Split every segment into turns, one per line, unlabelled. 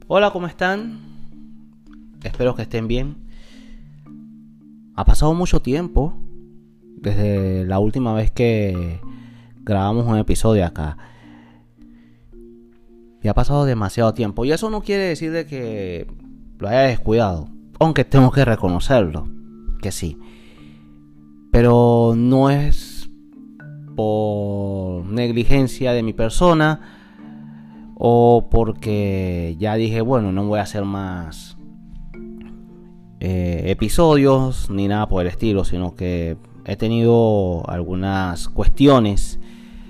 Hola, ¿cómo están? Espero que estén bien. Ha pasado mucho tiempo desde la última vez que grabamos un episodio acá. Y ha pasado demasiado tiempo. Y eso no quiere decir de que lo haya descuidado. Aunque tengo que reconocerlo, que sí. Pero no es por negligencia de mi persona o porque ya dije, bueno, no voy a hacer más episodios ni nada por el estilo, sino que he tenido algunas cuestiones,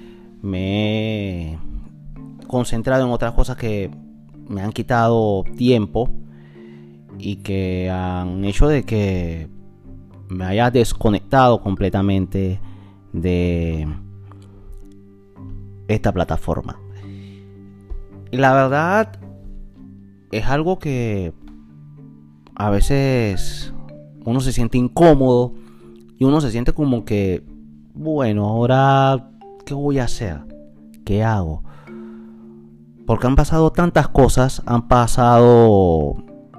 me he concentrado en otras cosas que me han quitado tiempo y que han hecho de que me haya desconectado completamente de esta plataforma. Y la verdad es algo que a veces uno se siente incómodo y uno se siente como que, bueno, ahora ¿qué voy a hacer? ¿Qué hago? Porque han pasado tantas cosas, han pasado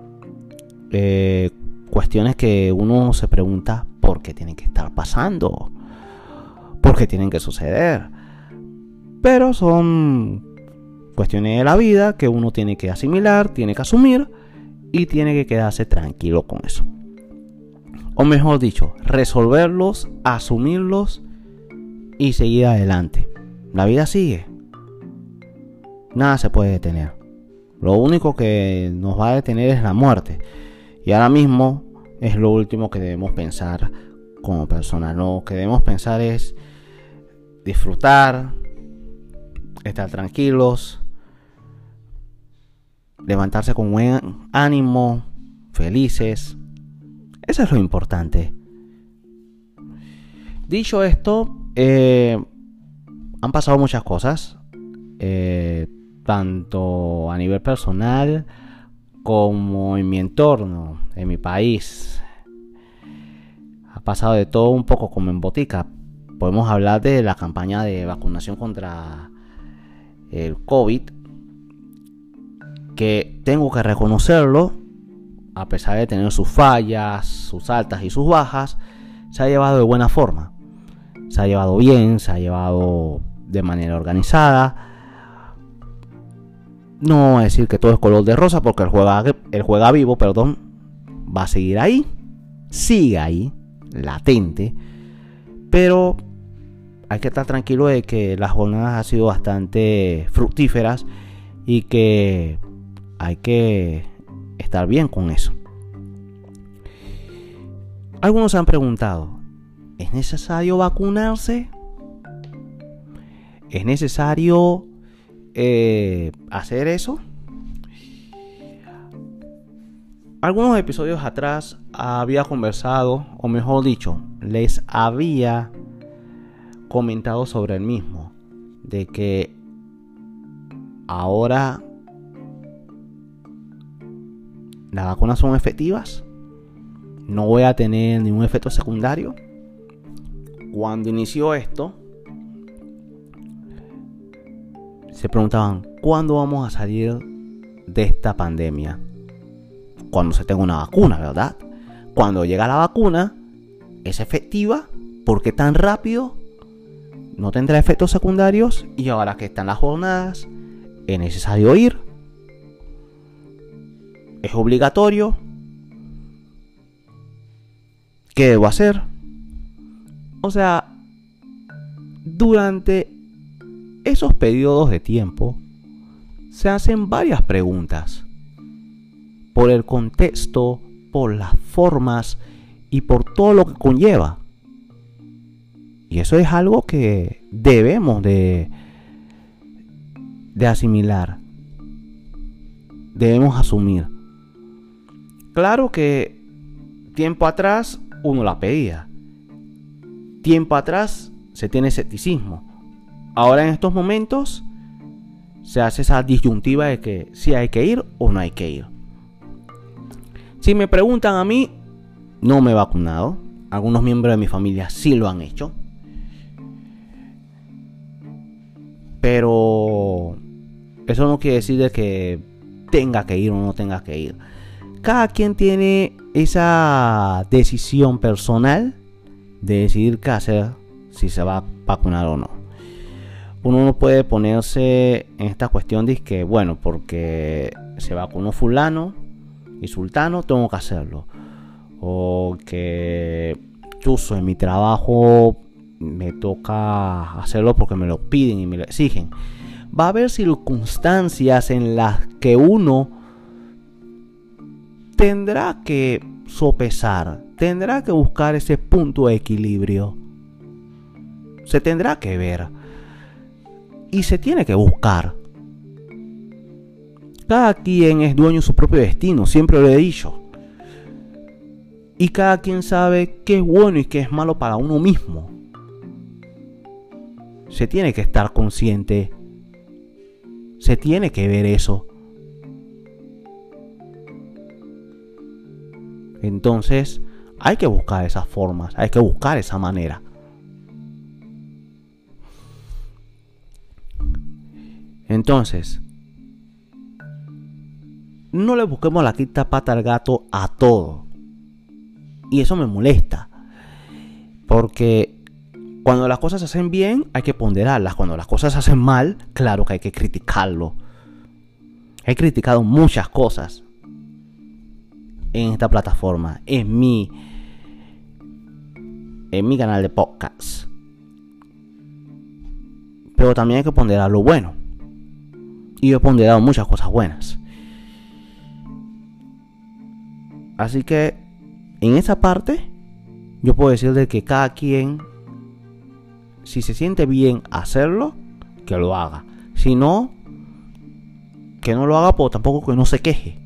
cuestiones que uno se pregunta por qué tienen que estar pasando, por qué tienen que suceder. Pero son cuestiones de la vida que uno tiene que asimilar, tiene que asumir y tiene que quedarse tranquilo con eso. O mejor dicho, resolverlos, asumirlos y seguir adelante. La vida sigue. Nada se puede detener. Lo único que nos va a detener es la muerte. Y ahora mismo es lo último que debemos pensar como personas. Lo que debemos pensar es disfrutar, estar tranquilos, levantarse con buen ánimo, felices. Eso es lo importante. Dicho esto, han pasado muchas cosas, tanto a nivel personal como en mi entorno, en mi país. Ha pasado de todo un poco como en botica. Podemos hablar de la campaña de vacunación contra el COVID, que tengo que reconocerlo, a pesar de tener sus fallas, sus altas y sus bajas, se ha llevado de buena forma. Se ha llevado bien, se ha llevado de manera organizada. No voy a decir que todo es color de rosa, porque el juega vivo, va a seguir ahí, sigue ahí, latente, pero hay que estar tranquilo de que las jornadas han sido bastante fructíferas y que hay que estar bien con eso. Algunos se han preguntado, ¿es necesario vacunarse? ¿Es necesario hacer eso? Algunos episodios atrás había conversado, o mejor dicho, les había comentado sobre el mismo, de que ahora las vacunas son efectivas, no voy a tener ningún efecto secundario. Cuando inició esto, se preguntaban, ¿cuándo vamos a salir de esta pandemia? Cuando se tenga una vacuna, ¿verdad? Cuando llega la vacuna, ¿es efectiva? ¿Por qué tan rápido? ¿No tendrá efectos secundarios? Y ahora que están las jornadas, ¿es necesario ir? ¿Es obligatorio? ¿Qué debo hacer? O sea, durante esos periodos de tiempo se hacen varias preguntas por el contexto, por las formas y por todo lo que conlleva. Y eso es algo que debemos de asimilar, debemos asumir. Claro que tiempo atrás uno la pedía, tiempo atrás se tiene escepticismo. Ahora en estos momentos se hace esa disyuntiva de que si hay que ir o no hay que ir. Si me preguntan a mí, no me he vacunado. Algunos miembros de mi familia sí lo han hecho. Pero eso no quiere decir de que tenga que ir o no tenga que ir. Cada quien tiene esa decisión personal de decidir qué hacer, si se va a vacunar o no. Uno no puede ponerse en esta cuestión de que, bueno, porque se vacunó fulano y sultano, tengo que hacerlo. O que chuzo, en mi trabajo me toca hacerlo porque me lo piden y me lo exigen. Va a haber circunstancias en las que uno tendrá que sopesar, tendrá que buscar ese punto de equilibrio. Se tendrá que ver y se tiene que buscar. Cada quien es dueño de su propio destino, siempre lo he dicho. Y cada quien sabe qué es bueno y qué es malo para uno mismo. Se tiene que estar consciente. Se tiene que ver eso. Entonces, hay que buscar esas formas, hay que buscar esa manera. Entonces, no le busquemos la quinta pata al gato a todo. Y eso me molesta. Porque cuando las cosas se hacen bien, hay que ponderarlas. Cuando las cosas se hacen mal, claro que hay que criticarlo. He criticado muchas cosas en esta plataforma, en mi canal de podcast. Pero también hay que ponderar lo bueno. Y yo he ponderado muchas cosas buenas. Así que en esa parte yo puedo decir de que cada quien, si se siente bien hacerlo, que lo haga. Si no, que no lo haga, pero tampoco que no se queje.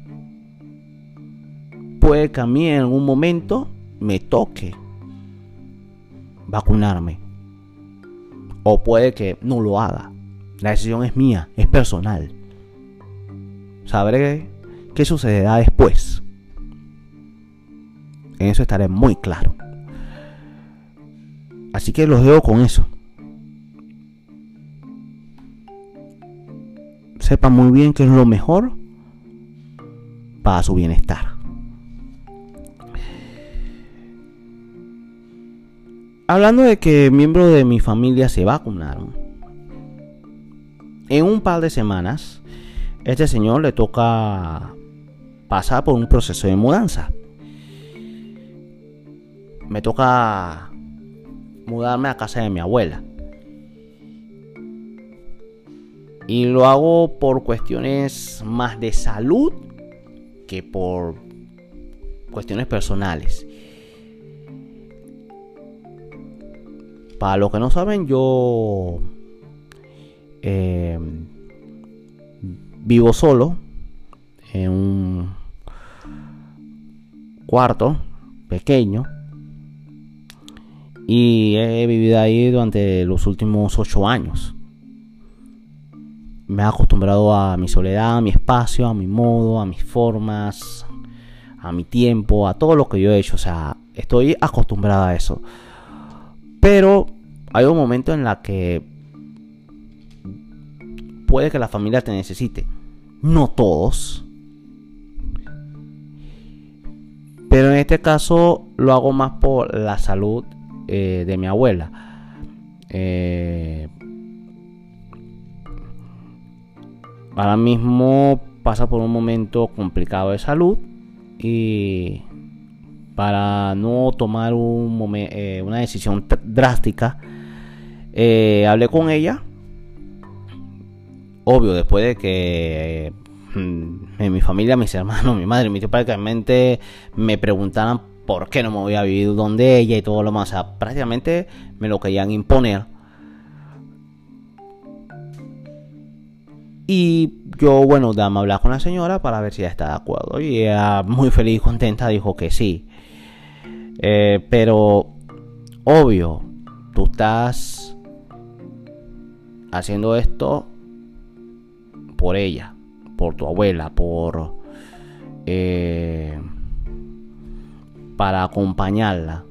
Puede que a mí en algún momento me toque vacunarme, o puede que no lo haga. La decisión es mía, es personal. Sabré qué sucederá después. En eso estaré muy claro. Así que los dejo con eso. Sepan muy bien qué es lo mejor para su bienestar. Hablando de que miembros de mi familia se vacunaron, en un par de semanas, este señor le toca pasar por un proceso de mudanza. Me toca mudarme a casa de mi abuela. Y lo hago por cuestiones más de salud que por cuestiones personales. Para los que no saben, yo vivo solo en un cuarto pequeño y he vivido ahí durante los últimos 8 años. Me he acostumbrado a mi soledad, a mi espacio, a mi modo, a mis formas, a mi tiempo, a todo lo que yo he hecho. O sea, estoy acostumbrado a eso. Pero hay un momento en la que puede que la familia te necesite. No todos. Pero en este caso lo hago más por la salud de mi abuela. Ahora mismo pasa por un momento complicado de salud. Y para no tomar una decisión drástica, hablé con ella. Obvio, después de que en mi familia, mis hermanos, mi madre y mi tío prácticamente me preguntaran por qué no me voy a vivir donde ella y todo lo más. O sea, prácticamente me lo querían imponer. Y yo, bueno, dame a hablar con la señora para ver si ella está de acuerdo. Y ella, muy feliz y contenta, dijo que sí. Pero, obvio, tú estás haciendo esto por ella, por tu abuela, para acompañarla.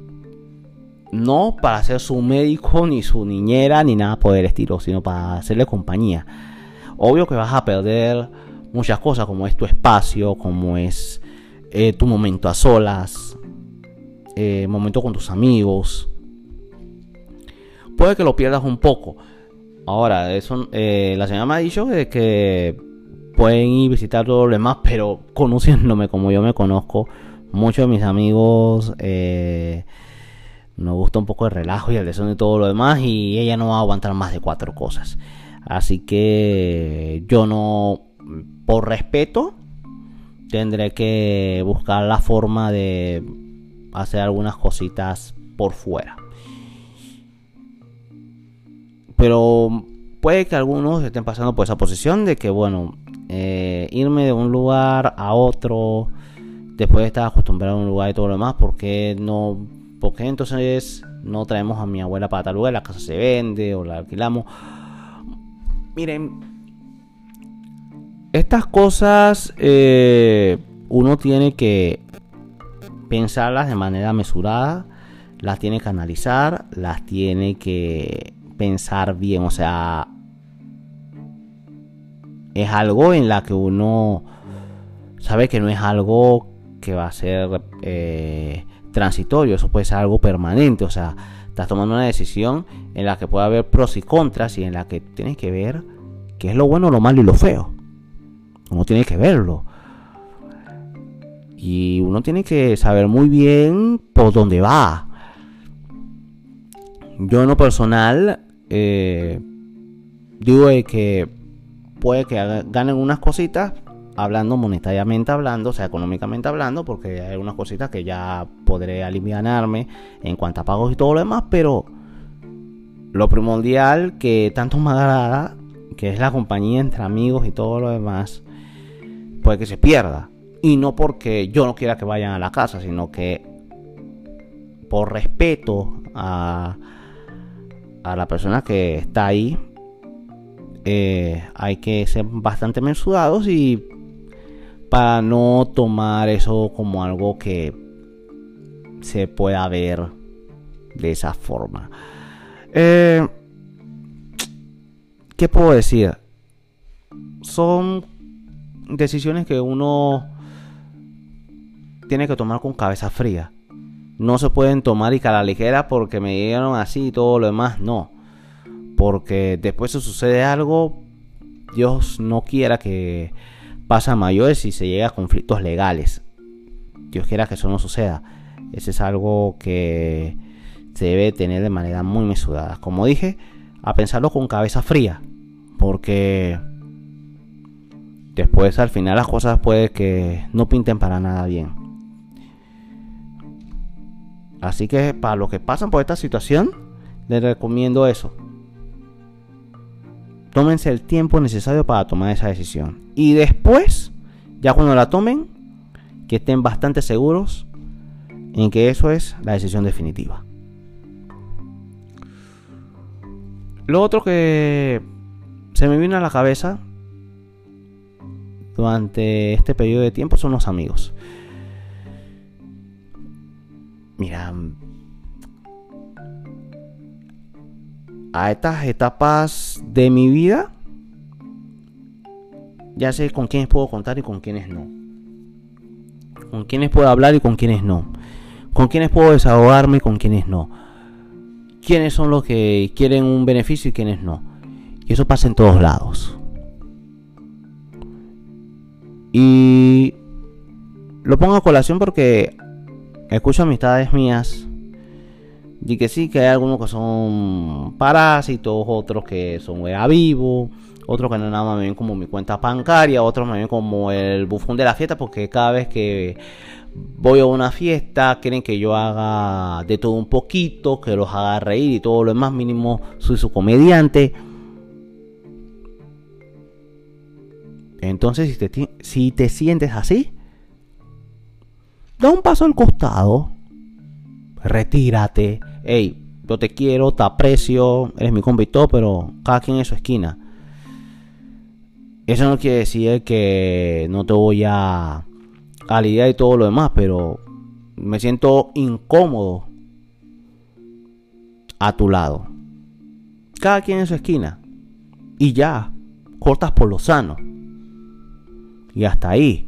No para ser su médico, ni su niñera, ni nada por el estilo, sino para hacerle compañía. Obvio que vas a perder muchas cosas, como es tu espacio, como es tu momento a solas, momento con tus amigos. Puede que lo pierdas un poco. Ahora, eso, la señora me ha dicho de que pueden ir a visitar todo lo demás, pero conociéndome como yo me conozco, muchos de mis amigos nos gusta un poco el relajo y el desorden y todo lo demás, y ella no va a aguantar más de 4 cosas. Así que yo no, por respeto, tendré que buscar la forma de hacer algunas cositas por fuera. Pero puede que algunos estén pasando por esa posición de que, bueno, irme de un lugar a otro después de estar acostumbrado a un lugar y todo lo demás, ¿por qué entonces no traemos a mi abuela para tal lugar? La casa se vende o la alquilamos. Miren, estas cosas uno tiene que pensarlas de manera mesurada, las tiene que analizar, las tiene que pensar bien. O sea, es algo en la que uno sabe que no es algo que va a ser transitorio, eso puede ser algo permanente. O sea, estás tomando una decisión en la que puede haber pros y contras, y en la que tienes que ver qué es lo bueno, lo malo y lo feo. Uno tiene que verlo, y uno tiene que saber muy bien por dónde va. Yo en lo personal digo de que puede que ganen unas cositas, hablando monetariamente hablando, o sea, económicamente hablando, porque hay unas cositas que ya podré alivianarme en cuanto a pagos y todo lo demás, pero lo primordial que tanto me agrada, que es la compañía entre amigos y todo lo demás, puede que se pierda. Y no porque yo no quiera que vayan a la casa, sino que por respeto a la persona que está ahí, hay que ser bastante mesurados, y para no tomar eso como algo que se pueda ver de esa forma. ¿Qué puedo decir? Son decisiones que uno tiene que tomar con cabeza fría. No se pueden tomar y que a la ligera porque me dieron así y todo lo demás. No, porque después si sucede algo, Dios no quiera que pase a mayores y se llegue a conflictos legales. Dios quiera que eso no suceda. Ese es algo que se debe tener de manera muy mesurada. Como dije, a pensarlo con cabeza fría, porque después al final las cosas puede que no pinten para nada bien. Así que para los que pasan por esta situación, les recomiendo eso. Tómense el tiempo necesario para tomar esa decisión, y después, ya cuando la tomen, que estén bastante seguros en que eso es la decisión definitiva. Lo otro que se me vino a la cabeza durante este periodo de tiempo son los amigos. Mira, a estas etapas de mi vida ya sé con quiénes puedo contar y con quiénes no, con quiénes puedo hablar y con quiénes no, con quiénes puedo desahogarme y con quiénes no, quiénes son los que quieren un beneficio y quiénes no. Y eso pasa en todos lados. Y lo pongo a colación porque escucho amistades mías y que sí, que hay algunos que son parásitos, otros que son vivos, otros que no nada más me ven como mi cuenta bancaria, otros me ven como el bufón de la fiesta, porque cada vez que voy a una fiesta quieren que yo haga de todo un poquito, que los haga reír y todo lo demás. Mínimo soy su comediante. Entonces si te sientes así, da un paso al costado, retírate. Hey, yo te quiero, te aprecio, eres mi compa y todo, pero cada quien en su esquina. Eso no quiere decir que no te voy a lidiar y todo lo demás, pero me siento incómodo a tu lado. Cada quien en su esquina, y ya, cortas por lo sano. y hasta ahí.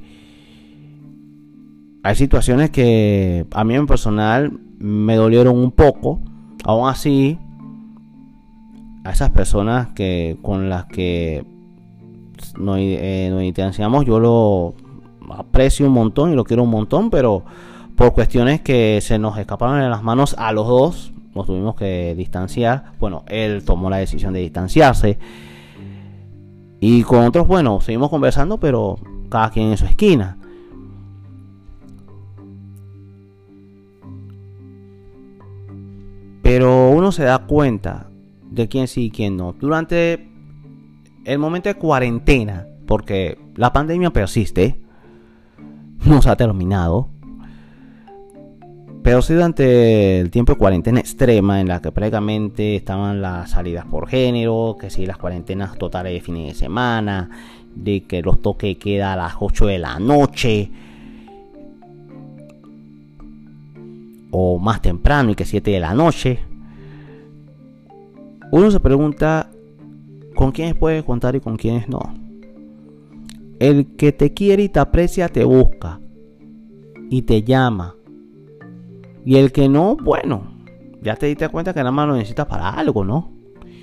Hay situaciones que a mí en personal me dolieron un poco. Aún así, a esas personas con las que nos distanciamos, yo lo aprecio un montón y lo quiero un montón, pero por cuestiones que se nos escaparon de las manos a los dos, nos tuvimos que distanciar. Bueno, él tomó la decisión de distanciarse, y con otros, bueno, seguimos conversando, pero cada quien en su esquina. Pero uno se da cuenta de quién sí y quién no durante el momento de cuarentena, porque la pandemia persiste, no se ha terminado, pero sí durante el tiempo de cuarentena extrema, en la que prácticamente estaban las salidas por género, que sí, las cuarentenas totales de fines de semana, de que los toques queda a las 8 de la noche o más temprano, y que 7 de la noche. Uno se pregunta con quiénes puedes contar y con quiénes no. El que te quiere y te aprecia te busca y te llama, y el que no, bueno, ya te diste cuenta que nada más lo necesitas para algo, ¿no?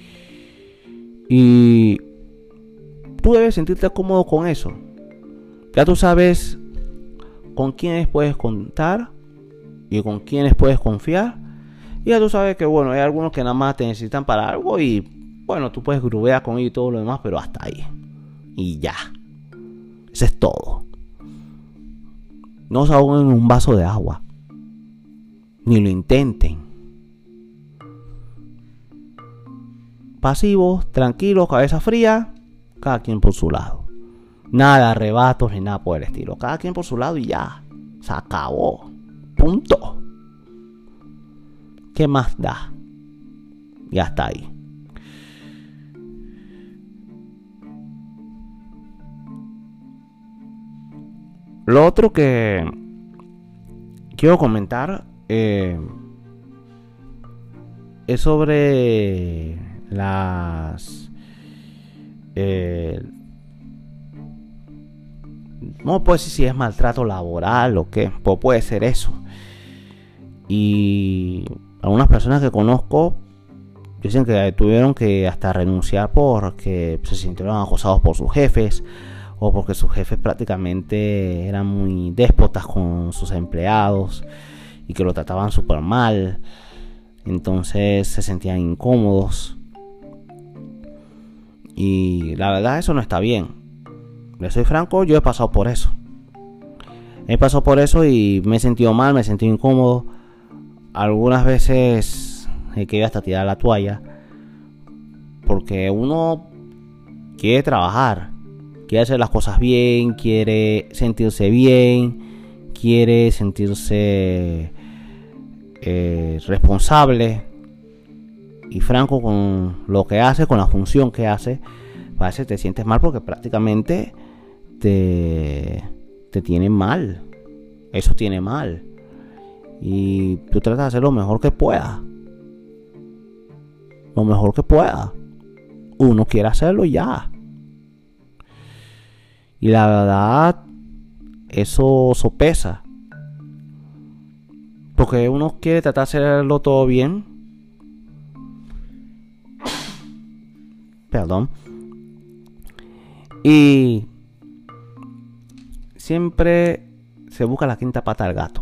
Y tú debes sentirte cómodo con eso. Ya tú sabes con quiénes puedes contar y con quiénes puedes confiar. Y ya tú sabes que, bueno, hay algunos que nada más te necesitan para algo, y bueno, tú puedes grubear con ellos y todo lo demás, pero hasta ahí. Y ya. Eso es todo. No se ahoguen en un vaso de agua. Ni lo intenten. Pasivos, tranquilos, cabeza fría, cada quien por su lado. Nada de arrebatos ni nada por el estilo. Cada quien por su lado y ya. Se acabó. Punto. ¿Qué más da? Y hasta ahí. Lo otro que quiero comentar es sobre las no puedo decir si es maltrato laboral o qué, pues puede ser eso. Y algunas personas que conozco dicen que tuvieron que hasta renunciar porque se sintieron acosados por sus jefes, o porque sus jefes prácticamente eran muy déspotas con sus empleados y que lo trataban súper mal. Entonces se sentían incómodos, y la verdad eso no está bien. Les soy franco, yo he pasado por eso. He pasado por eso y me he sentido mal, me he sentido incómodo. Algunas veces he querido hasta tirar la toalla, porque uno quiere trabajar, quiere hacer las cosas bien, quiere sentirse bien, quiere sentirse responsable y franco con lo que hace, con la función que hace. A veces te sientes mal porque prácticamente te tienen mal. Eso tiene mal. Y tú tratas de hacer lo mejor que puedas. Lo mejor que pueda. Uno quiere hacerlo ya. Y la verdad, eso pesa. Porque uno quiere tratar de hacerlo todo bien. Perdón. Y siempre se busca la quinta pata al gato.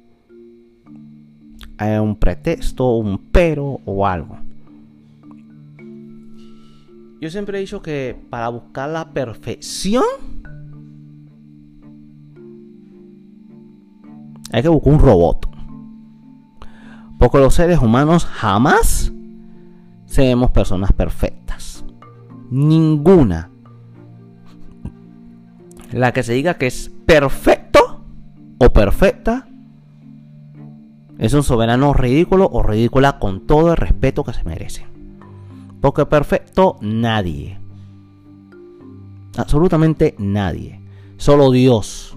Hay un pretexto, un pero o algo. Yo siempre he dicho que para buscar la perfección hay que buscar un robot. Porque los seres humanos jamás seremos personas perfectas. Ninguna. La que se diga que es perfecto o perfecta es un soberano ridículo o ridícula, con todo el respeto que se merece. Porque perfecto nadie. Absolutamente nadie. Solo Dios,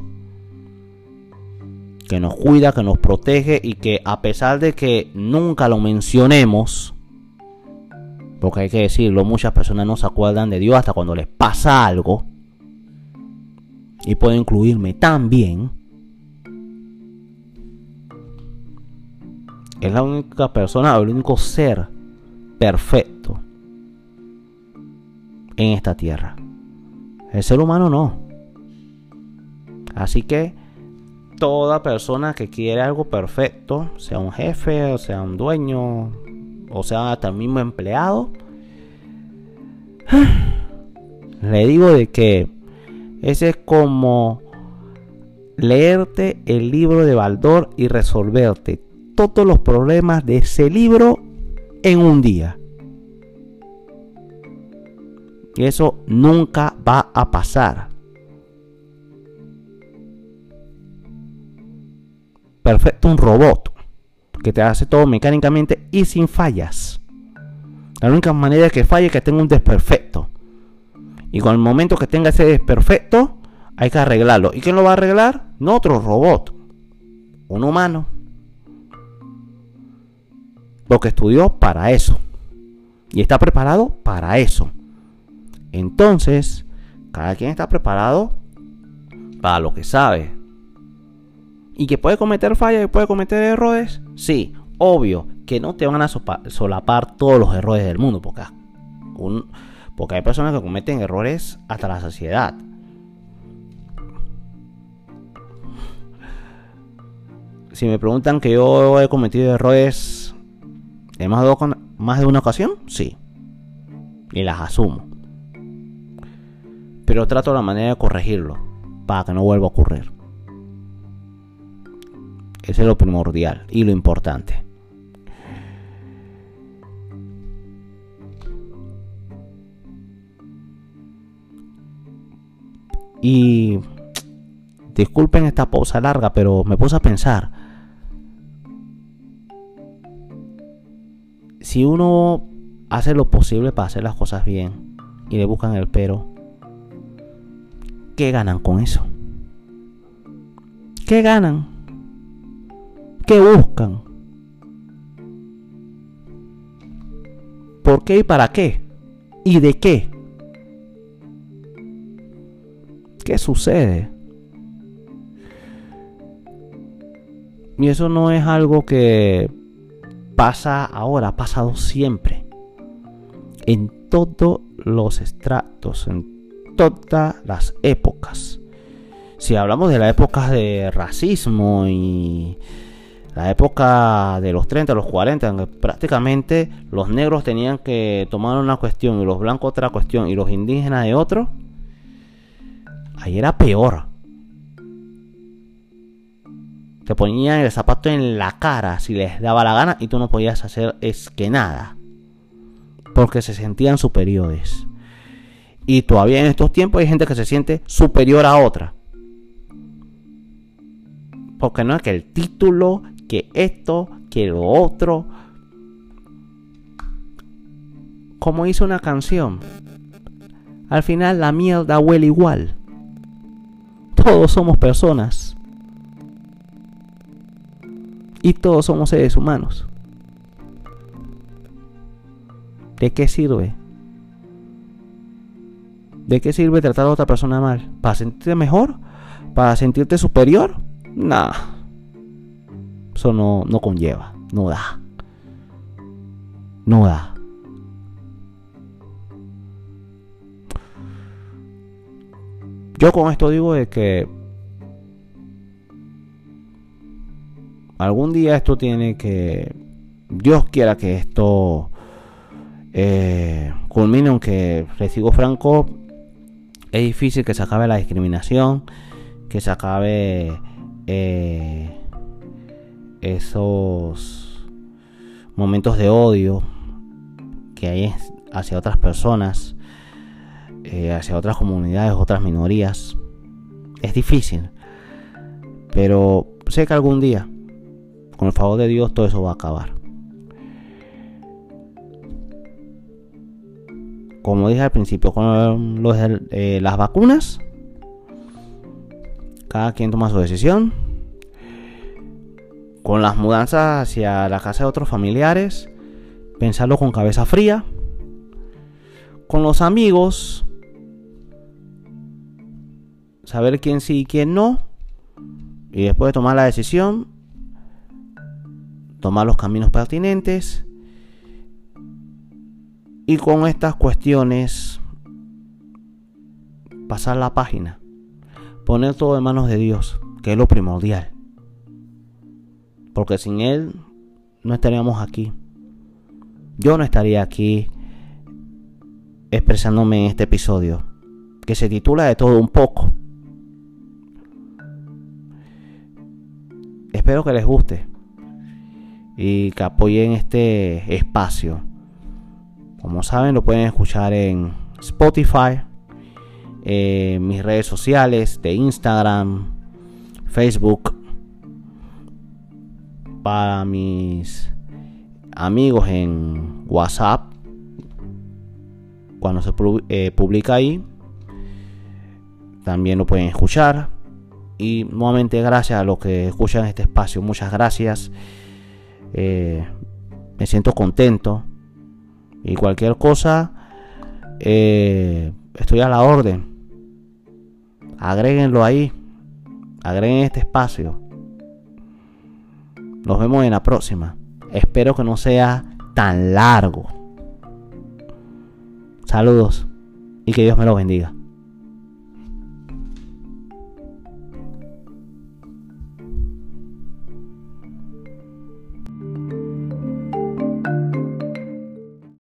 que nos cuida, que nos protege, y que a pesar de que nunca lo mencionemos, porque hay que decirlo, muchas personas no se acuerdan de Dios hasta cuando les pasa algo. y puedo incluirme también, es la única persona o el único ser perfecto en esta tierra. El ser humano no. Así que toda persona que quiere algo perfecto, sea un jefe, o sea un dueño, o sea hasta el mismo empleado, le digo de que ese es como leerte el libro de Baldor y resolverte todos los problemas de ese libro en un día. Y eso nunca va a pasar. Perfecto, un robot que te hace todo mecánicamente y sin fallas. La única manera de que falle es que tenga un desperfecto. Y con el momento que tenga ese desperfecto, hay que arreglarlo. ¿Y quién lo va a arreglar? No otro robot, un humano. Porque estudió para eso. Y está preparado para eso. Entonces, cada quien está preparado para lo que sabe. ¿Y que puede cometer fallas y puede cometer errores? Sí, obvio que no te van a solapar todos los errores del mundo. Porque hay personas que cometen errores hasta la saciedad. Si me preguntan que yo he cometido errores en más de una ocasión, sí. Y las asumo. Pero trato la manera de corregirlo para que no vuelva a ocurrir. Ese es lo primordial y lo importante. Y disculpen esta pausa larga, pero me puse a pensar. Si uno hace lo posible para hacer las cosas bien y le buscan el pero, ¿qué ganan con eso? ¿Qué ganan? ¿Qué buscan? ¿Por qué y para qué? ¿Y de qué? ¿Qué sucede? Y eso no es algo que pasa ahora, ha pasado siempre. En todos los estratos, en todas las épocas. Si hablamos de la época de racismo y la época de los 30, los 40, en que prácticamente los negros tenían que tomar una cuestión y los blancos otra cuestión y los indígenas de otro, ahí era peor. Te ponían el zapato en la cara si les daba la gana y tú no podías hacer es que nada, porque se sentían superiores. Y todavía en estos tiempos hay gente que se siente superior a otra, porque no es que el título, que esto, que lo otro. Como hizo una canción, al final la mierda huele igual. Todos somos personas y todos somos seres humanos. ¿De qué sirve? ¿De qué sirve tratar a otra persona mal? ¿Para sentirte mejor? ¿Para sentirte superior? Nah. Eso no conlleva. No da. No da. Yo con esto digo de que algún día esto tiene que... Dios quiera que esto culmine, aunque les digo franco, es difícil que se acabe la discriminación, que se acabe esos momentos de odio que hay hacia otras personas, hacia otras comunidades, otras minorías. Es difícil, pero sé que algún día, con el favor de Dios, todo eso va a acabar. Como dije al principio, con las vacunas, cada quien toma su decisión. Con las mudanzas hacia la casa de otros familiares, pensarlo con cabeza fría. Con los amigos, saber quién sí y quién no, y después de tomar la decisión, tomar los caminos pertinentes, y con estas cuestiones pasar la página, poner todo en manos de Dios, que es lo primordial, porque sin Él no estaríamos aquí. Yo no estaría aquí expresándome en este episodio, que se titula De todo un poco. Espero que les guste y que apoyen este espacio. Como saben, lo pueden escuchar en Spotify, en mis redes sociales de Instagram, Facebook, para mis amigos en WhatsApp, cuando se publica ahí, también lo pueden escuchar. Y nuevamente gracias a los que escuchan este espacio, muchas gracias. Me siento contento, y cualquier cosa, estoy a la orden. Agréguenlo ahí, agreguen este espacio. Nos vemos en la próxima. Espero que no sea tan largo. Saludos y que Dios me lo bendiga.